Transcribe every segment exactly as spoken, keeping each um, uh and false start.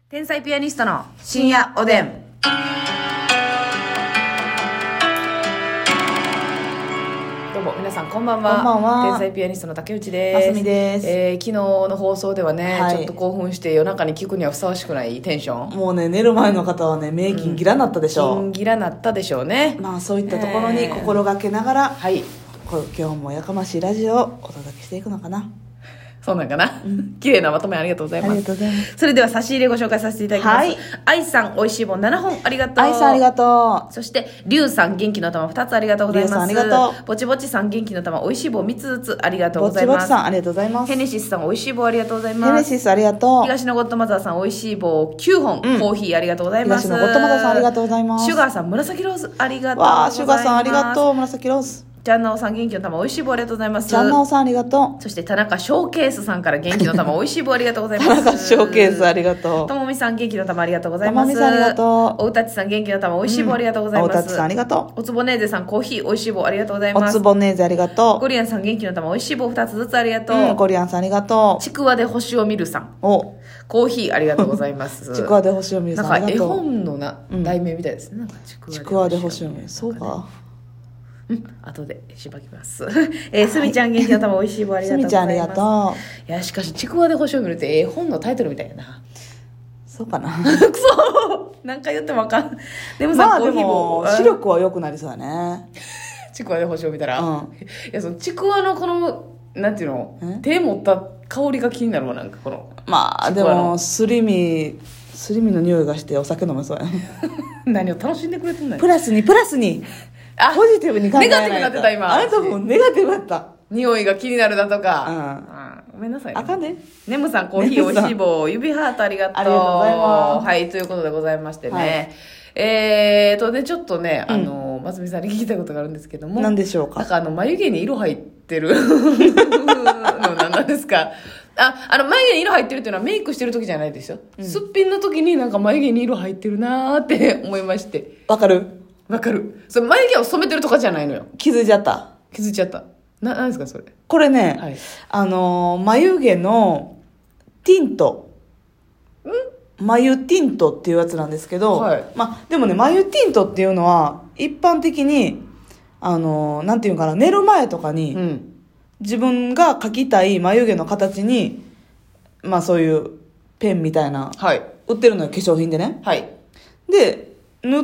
天才ピアニストの深夜おでん。どうも皆さんこんばんは。 こんばんは。 天才ピアニストの竹内です。 ますみです。 えー、昨日の放送ではね、 はい、 ちょっと興奮して夜中に聞くにはふさわしくないテンション。 もうね、寝る前の方はね、目ギンギラなったでしょう。 ギンギラなったでしょうね。 まあそういったところに心がけながら、 えー、はい。 こ今日もやかましいラジオをお届けしていくのかな。 そうなんかな、うん、綺麗なまとめありがとうございます。 ありがとうございます。 それでは差し入れご紹介させていただきます。はい。愛さんおいしい棒ななほんありがとう。 愛さんありがとう。そしてリュウさん元気の玉ふたつありがとうございます。 リュウさんありがとう。 ぼちぼちさん元気の玉おいしい棒みつずつありがとうございます。 ぼちぼちさんありがとうございます。 ヘネシスさんおいしい棒ありがとうございます。 ヘネシスありがとう。 東のゴッドマザーさんおいしい棒きゅうほん、うん、コーヒーありがとうございます。 東のゴッドマザーさんありがとうございます。 シュガーさん紫ローズありがとうございます。 わあシュガーさんありがとう。紫ローズ。 ちゃんなおさん元気の玉おいしい棒ありがとうございます。 ちゃんなおさんありがとう。 そして田中ショーケースさんから元気の玉おいしい棒ありがとうございます。 田中ショーケースありがとう。 ともみさん元気の玉ありがとうございます。 ともみさんありがとう。 おうたちさん元気の玉おいしい棒ありがとうございます。 おうたちさんありがとう。おつぼねーぜさんコーヒーおいしい棒ありがとうございます。 おつぼねーぜありがとう。 ゴリアンさん元気の玉おいしい棒ふたつずつありがとう。うん、 ゴリアンさんありがとう。 ちくわで星を見るさんおコーヒーありがとうございます。 ちくわで星を見るさんありがとう。 なんか絵本のな、うん、題名みたいですね。なんかちくわで星を見る。そうか。 うん、後でしばきます。えー、すみちゃん元気の玉おいしい棒ありがとうございます。 すみちゃんありがとう。いやしかしちくわで星を見るって絵本のタイトルみたいやな。 そうかな。 くそ何回言ってもあかん。でもさ、 まあでも視力は良くなりそうだね。 ちくわで星を見たら、 うん、 いやそのちくわのこのなんていうの手持った香りが気になるわ。なんかこのまあでもすり身すり身の匂いがしてお酒飲めそうやね。 何を楽しんでくれてんのよ。 プラスにプラスにあポジティブに考えないと。 ネガティブになってた今。 あなたもネガティブだった。 匂いが気になるだとか、 うん、 ごめんなさい、ね、 あかんね。 ネムさんコーヒーおいしい棒指ハートありがとう。 ありがとうございます。 はいということでございましてね、はい、えーとねちょっとね、 うん、 あのますみさんに聞きたいことがあるんですけども、 何でしょうか。 なんかあの眉毛に色入ってるのなんですか。あ、あの眉毛に色入ってるっていうのはメイクしてる時じゃないですよ、うん、すっぴんの時になんか眉毛に色入ってるなーって思いまして。 わかるわかる。それ眉毛を染めてるとかじゃないのよ。 気づいちゃった気づいちゃった。な、なんですかそれ。 これね、 はい、 あのー、眉毛のティントん眉ティントっていうやつなんですけど、 はい、 まあでもね眉ティントっていうのは一般的にあのー、なんていうかな、寝る前とかに、うん、自分が描きたい眉毛の形にまあそういうペンみたいな、 はい、 売ってるのよ、化粧品でね。 はい。 で塗って、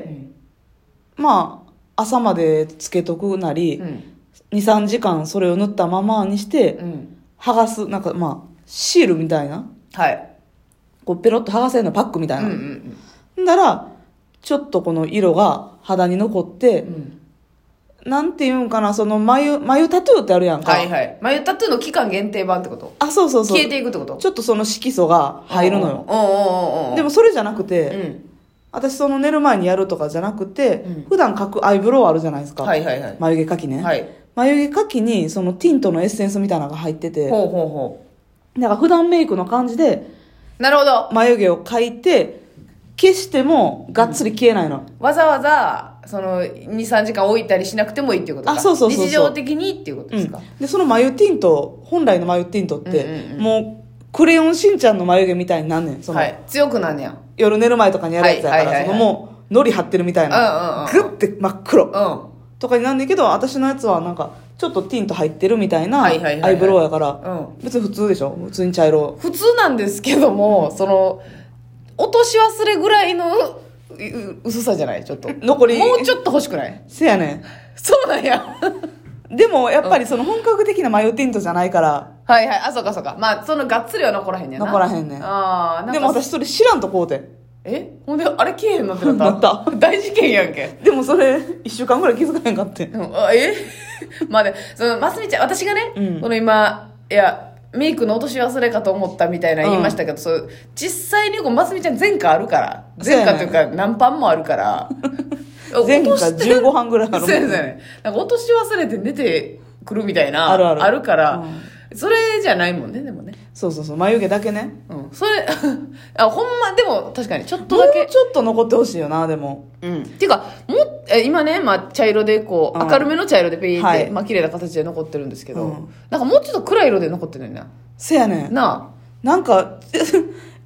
うんまあ、朝までつけとくなり、うん、にさんじかんそれを塗ったままにして、うん、剥がす、なんかまあ、シールみたいな。はい。こうペロッと剥がせるのパックみたいな。うんうんうん。だから、ちょっとこの色が肌に残って、うん、なんていうんかな、その眉、眉タトゥーってあるやんか。 はいはい。眉タトゥーの期間限定版ってこと？ あ、そうそうそう。 消えていくってこと？ ちょっとその色素が入るのよ。 おうおうおうおう。 でもそれじゃなくて、うん私その寝る前にやるとかじゃなくて、うん、普段描くアイブロウあるじゃないですか。はいはいはい。眉毛描きね。はい。眉毛描きにそのティントのエッセンスみたいなのが入ってて。ほうほうほう。だから普段メイクの感じで。 なるほど。 眉毛を描いて、消してもがっつり消えないの。うん、 わざわざ、そのに、さんじかん置いたりしなくてもいいっていうことか。 あ、そうそうそうそう。 日常的にっていうことですか。 うん、で、その眉ティント、本来の眉ティントって、うんうんうん、もう、クレヨンしんちゃんの眉毛みたいになんねん。そのはい。強くなんねや。 夜寝る前とかにやるやつやから、はいはいはいはい、そのもう、のり張ってるみたいな。グッて真っ黒。うん。とかになんねんけど、私のやつはなんか、ちょっとティント入ってるみたいな、アイブロウやから、うん、別に普通でしょ普通に茶色。 普通なんですけども、その、落とし忘れぐらいの薄さじゃないちょっと。残り。もうちょっと欲しくない？ せやねん。 そうなんや。 でも、やっぱりその本格的な眉ティントじゃないから。 はいはい。あ、そうかそうか。まあ、そのがっつりは残らへんねんな。 残らへんねん。ああ。でも私それ知らんとこうて。 えほんで、あれ消えへんのってなったなった。 大事件やんけ。 でもそれ、一週間ぐらい気づかへんかって。 うん、あえまあね、その、ますみちゃん、私がね、うん、この今、いや、メイクの落とし忘れかと思ったみたいな言いましたけど、うん、そう実際にこうますみちゃん前科あるから。前科というか何パンもあるから。 前科じゅうごはんぐらいあるもんね。 そうですよね。なんか落とし忘れて出てくるみたいな。 あるある。 あるから、うん、それじゃないもんね、でもね。 そうそうそう、眉毛だけね。 うん。それ、あ、ほんま、でも確かにちょっとだけ。 もうちょっと残ってほしいよな、でも。 うん。っていうか、もえ今ね、まあ、茶色でこう、うん、明るめの茶色でペイって、はい、まあ、綺麗な形で残ってるんですけど、うん、なんかもうちょっと暗い色で残ってるのにな。 せやねん。 なあ。 なんか、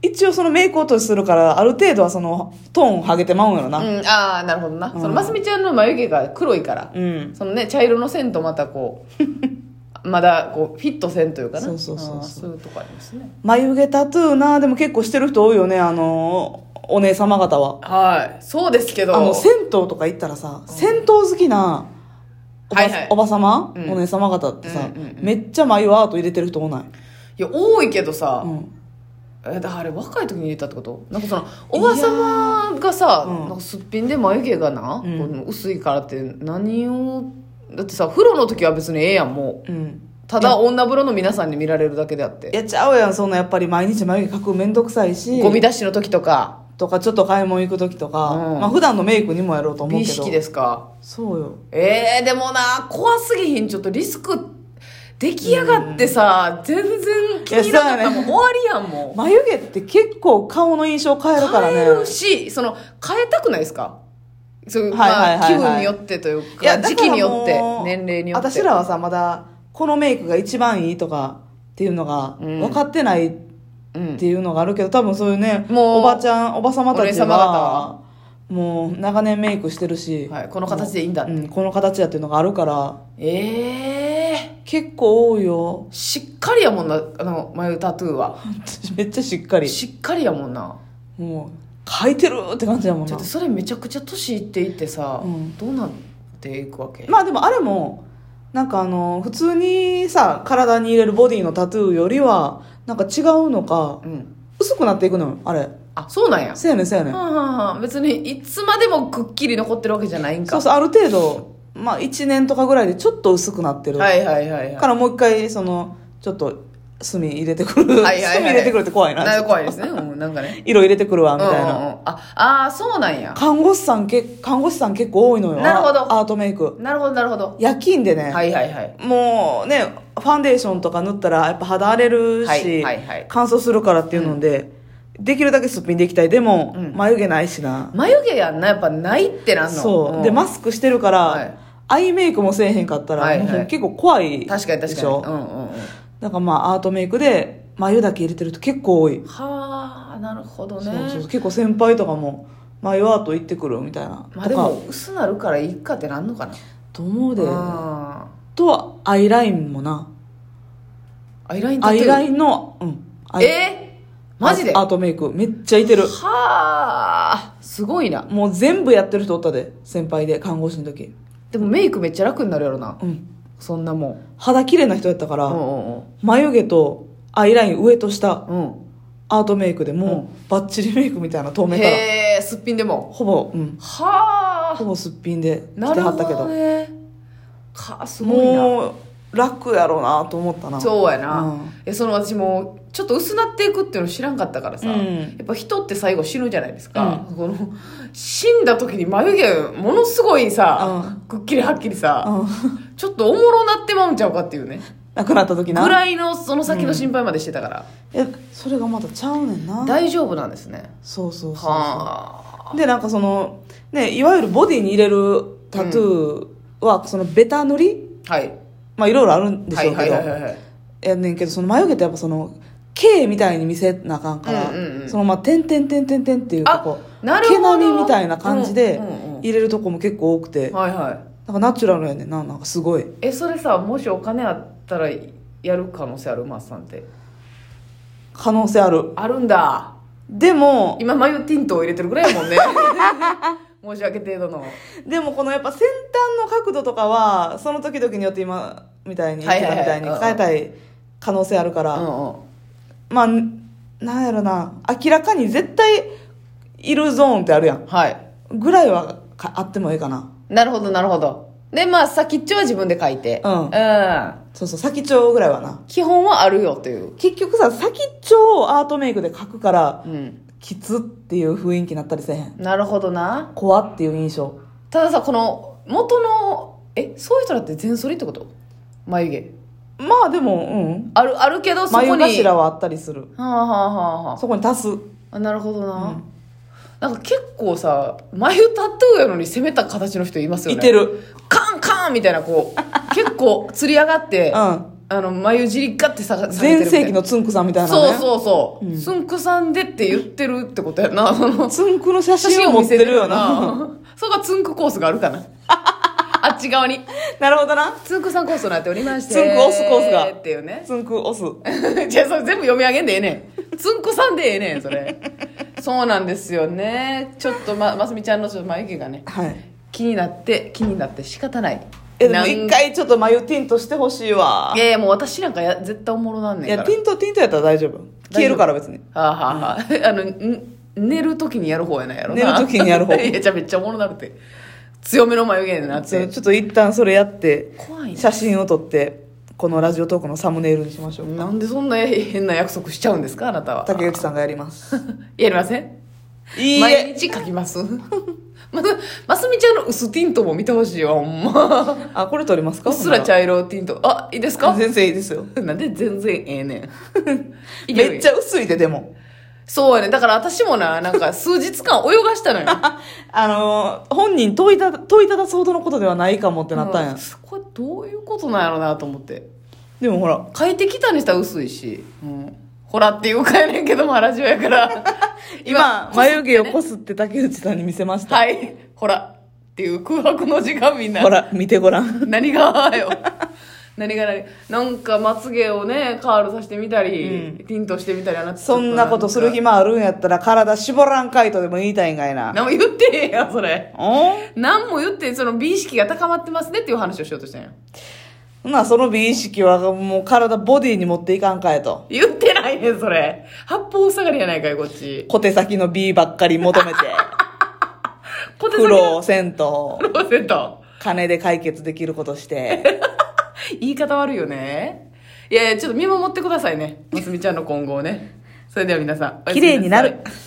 一応そのメイク落としするからある程度はそのトーン上げてまうんやろな、 うん、ああなるほどな、 うん、 そのますみちゃんの眉毛が黒いから、 うん、 そのね茶色の線とまたこうまだこうフィット線というかな、 そうそうそうそう、 そういうとこありますね。 眉毛タトゥーな、でも結構してる人多いよね、あのお姉様方は。 はいそうですけど、 あの銭湯とか行ったらさ、うん、銭湯好きなおば、はいはい、おば様、うん、お姉様方ってさ、うんうんうん、めっちゃ眉アート入れてる人多ない？ いや多いけどさ、うん、えだあれ若い時に入れたってこと？なんかそのおばさまがさ、なんかすっぴんで眉毛がな、うん、この薄いからって何をだってさ風呂の時は別にええやんもう、うん、ただ女風呂の皆さんに見られるだけであって。 やっちゃうやんそんなやっぱり毎日眉毛描くめんどくさいし、 ゴミ出しの時とかとかちょっと買い物行く時とか、うん、まあ普段のメイクにもやろうと思うけど。 美意識ですか？ そうよ。 えー、でもな怖すぎひんちょっとリスク出来上がってさ、うん、全然気になかったらもう終わりやんもう。 眉毛って結構顔の印象変えるからね。 変えるし、その変えたくないですか？そういう、まあ、気分によってというか時期によって年齢によって。 私らはさまだこのメイクが一番いいとかっていうのが分かってないっていうのがあるけど、多分そういうね、もうおばちゃんおばさまたちはもう長年メイクしてるし、 はい、この形でいいんだって、 うん、この形だっていうのがあるから。 ええー、 結構多いよ。 しっかりやもんな、あの眉タトゥーはめっちゃしっかりしっかりやもんな。 もう描いてるって感じやもんな。 ちょっとそれめちゃくちゃ年いっていってさ、うん、どうなっていくわけ？ まあでもあれもなんかあの普通にさ体に入れるボディのタトゥーよりはなんか違うのか、うん、薄くなっていくのよあれ。 あ、そうなんや。 そうやねんそうやねん、 はあはあ、別にいつまでもくっきり残ってるわけじゃないんか。 そうそう、ある程度まあいちねんとかぐらいでちょっと薄くなってる、 はいはいはい、はい、 からもう一回そのちょっと墨入れてくる、はいはいはい、墨入れてくるって怖いな。 怖いですね、うん、なんかね色入れてくるわみたいな、 うんうん、ああそうなんや。 看護師さんけ看護師さん結構多いのよ。 なるほど。 アートメイク。 なるほどなるほど。 夜勤でね、 はいはいはい、もうねファンデーションとか塗ったらやっぱ肌荒れるし、はいはいはい、乾燥するからっていうので、うん、できるだけすっぴんでいきたい。でも、うん、眉毛ないしな。 眉毛やんなやっぱないってなんの。 そう、うん、でマスクしてるから、はい、アイメイクもせえへんかったら、はいはい、もう結構怖いでしょ。 確かに確かに、うんうんうん、 だからまあアートメイクで眉だけ入れてると結構多い。 はあなるほどね。 そうそう、結構先輩とかも眉アート行ってくるみたいな。 まあでも薄なるからいいかってなんのかなと思うで。とはアイラインもな。 アイラインタトゥー。アイラインの、うん。 えー、マジでアートメイクめっちゃいてる。 はあすごいな。 もう全部やってる人おったで、先輩で看護師の時。 でもメイクめっちゃ楽になるやろな。 うん。 そんなもん肌綺麗な人やったから、うんうんうん、眉毛とアイライン上と下、うん、アートメイクでも、うん、バッチリメイクみたいな透明からへえすっぴんでもほぼ、うん、 はあほぼすっぴんで来てはったけど、 ね、かすごいな。 もう楽やろうなと思ったな。 そうやな、うん、えその私もちょっと薄なっていくっていうの知らんかったからさ、うん、やっぱ人って最後死ぬじゃないですか、うん、この死んだ時に眉毛ものすごいさ、うん、くっきりはっきりさ、うん、ちょっとおもろなってまうんちゃうかっていうね、 亡くなった時なぐらいのその先の心配までしてたから、 うん、えそれがまたちゃうねんな。 大丈夫なんですね。 そうそうそうそうはでなんかそのねいわゆるボディに入れるタトゥーは、うん、そのベタ塗りはいまあいろいろあるんでしょうけど、はいはいはいはい、やねんけどその眉毛ってやっぱその K みたいに見せなあかんから、うんうんうん、そのまあ点点点点点っていうかこう毛並みみたいな感じで入れるとこも結構多くて、うんうんうん、はいはい、なんかナチュラルやねんな。なんかすごい。 えそれさもしお金あったらやる可能性ある？マスさんって可能性ある。 あるんだ。 でも今眉ティントを入れてるぐらいやもんね申し訳程度の。 でもこのやっぱ先端の角度とかはその時々によって今みたいに今みたいに変えたい可能性あるから、うんうん、まあなんやろな明らかに絶対いるゾーンってあるやん、はい、ぐらいはあってもいいかな。 なるほどなるほど。でまあ先っちょは自分で書いて、うん、うん、 そうそう先っちょぐらいはな基本はあるよという。 結局さ先っちょをアートメイクで書くから、うん、きつっていう雰囲気になったりせへん。 なるほどな。 怖っていう印象。 たださこの元のえそういう人だって全剃りってこと？眉毛まあでもうんあるあるけどそこに眉頭はあったりする、はあはあはあはあ、そこに足す。 あなるほどな、うん、なんか結構さ眉タトゥーやのに攻めた形の人いますよね。 いてる。 カンカンみたいなこう結構つり上がって、うん、 あの眉尻ガッて下が全盛期のつんくさんみたいなね。 そうそうそう、うん、つんくさんでって言ってるってことやな。 つんくの写真を持ってるよな。 そこがつんくコースがあるかな。あっち側に。 なるほどな。 つんくさんコースとなっておりまして。 つんく押すコースが。 っていうね。 つんく押す。 じゃあそれ全部読み上げんでええねん。つんくさんでええねん、それ。そうなんですよね。ちょっとま、ますみちゃんのちょっと眉毛がね、はい、気になって、気になって仕方ない。 え、でも一回ちょっと眉ティントしてほしいわ。 いやいや、もう私なんかや絶対おもろなんねんから。 いや、ティント、ティントやったら大丈夫。消えるから別に。 はあ、はあはあ、うん、あの、寝るときにやる方やないやろな。 寝るときにやる方。 いや、じゃあめっちゃおもろなるって。強めの眉毛になって。 ちょっと一旦それやって、 怖いね、 写真を撮って、このラジオトークのサムネイルにしましょう。 なんでそんな変な約束しちゃうんですか、あなたは。 竹内さんがやります。 やりません？いいえ。毎日書きます。ま、ますみちゃんの薄ティントも見てほしいわ、ほんま。 あ、これ撮りますか？ うっすら茶色ティント。あ、いいですか？ 全然いいですよ。 なんで全然ええねん。 めっちゃ薄いで、でも。 そうやね。だから私もな、なんか数日間泳がしたのよ。 あのー、本人問いた、問いただすほどのことではないかもってなったんや。うん、 これどういうことなんやろなと思って。 でもほら。 書いてきたにしたら薄いし。うん。ほらっていうかやねんけども、ラジオやから。 今、眉毛をこすって竹内さんに見せました。 はい。ほら。っていう空白の時間みんな。 ほら、見てごらん。 何がよ。何が何なんかまつげをねカールさせてみたり、うん、ティントしてみたりあなたそんなことする暇あるんやったら体絞らんかいとでも言いたいんかいな。 何も言ってへんやんそれ。何も言ってその美意識が高まってますねっていう話をしようとしたんや。 まあその美意識はもう体ボディに持っていかんかいと言ってないねんそれ。八方塞がりやないかいこっち。 小手先の美ばっかり求めて小手先苦労せんと苦労せんと金で解決できることして言い方悪いよね。いやいやちょっと見守ってくださいねますみちゃんの今後をね。それでは皆さん綺麗になる。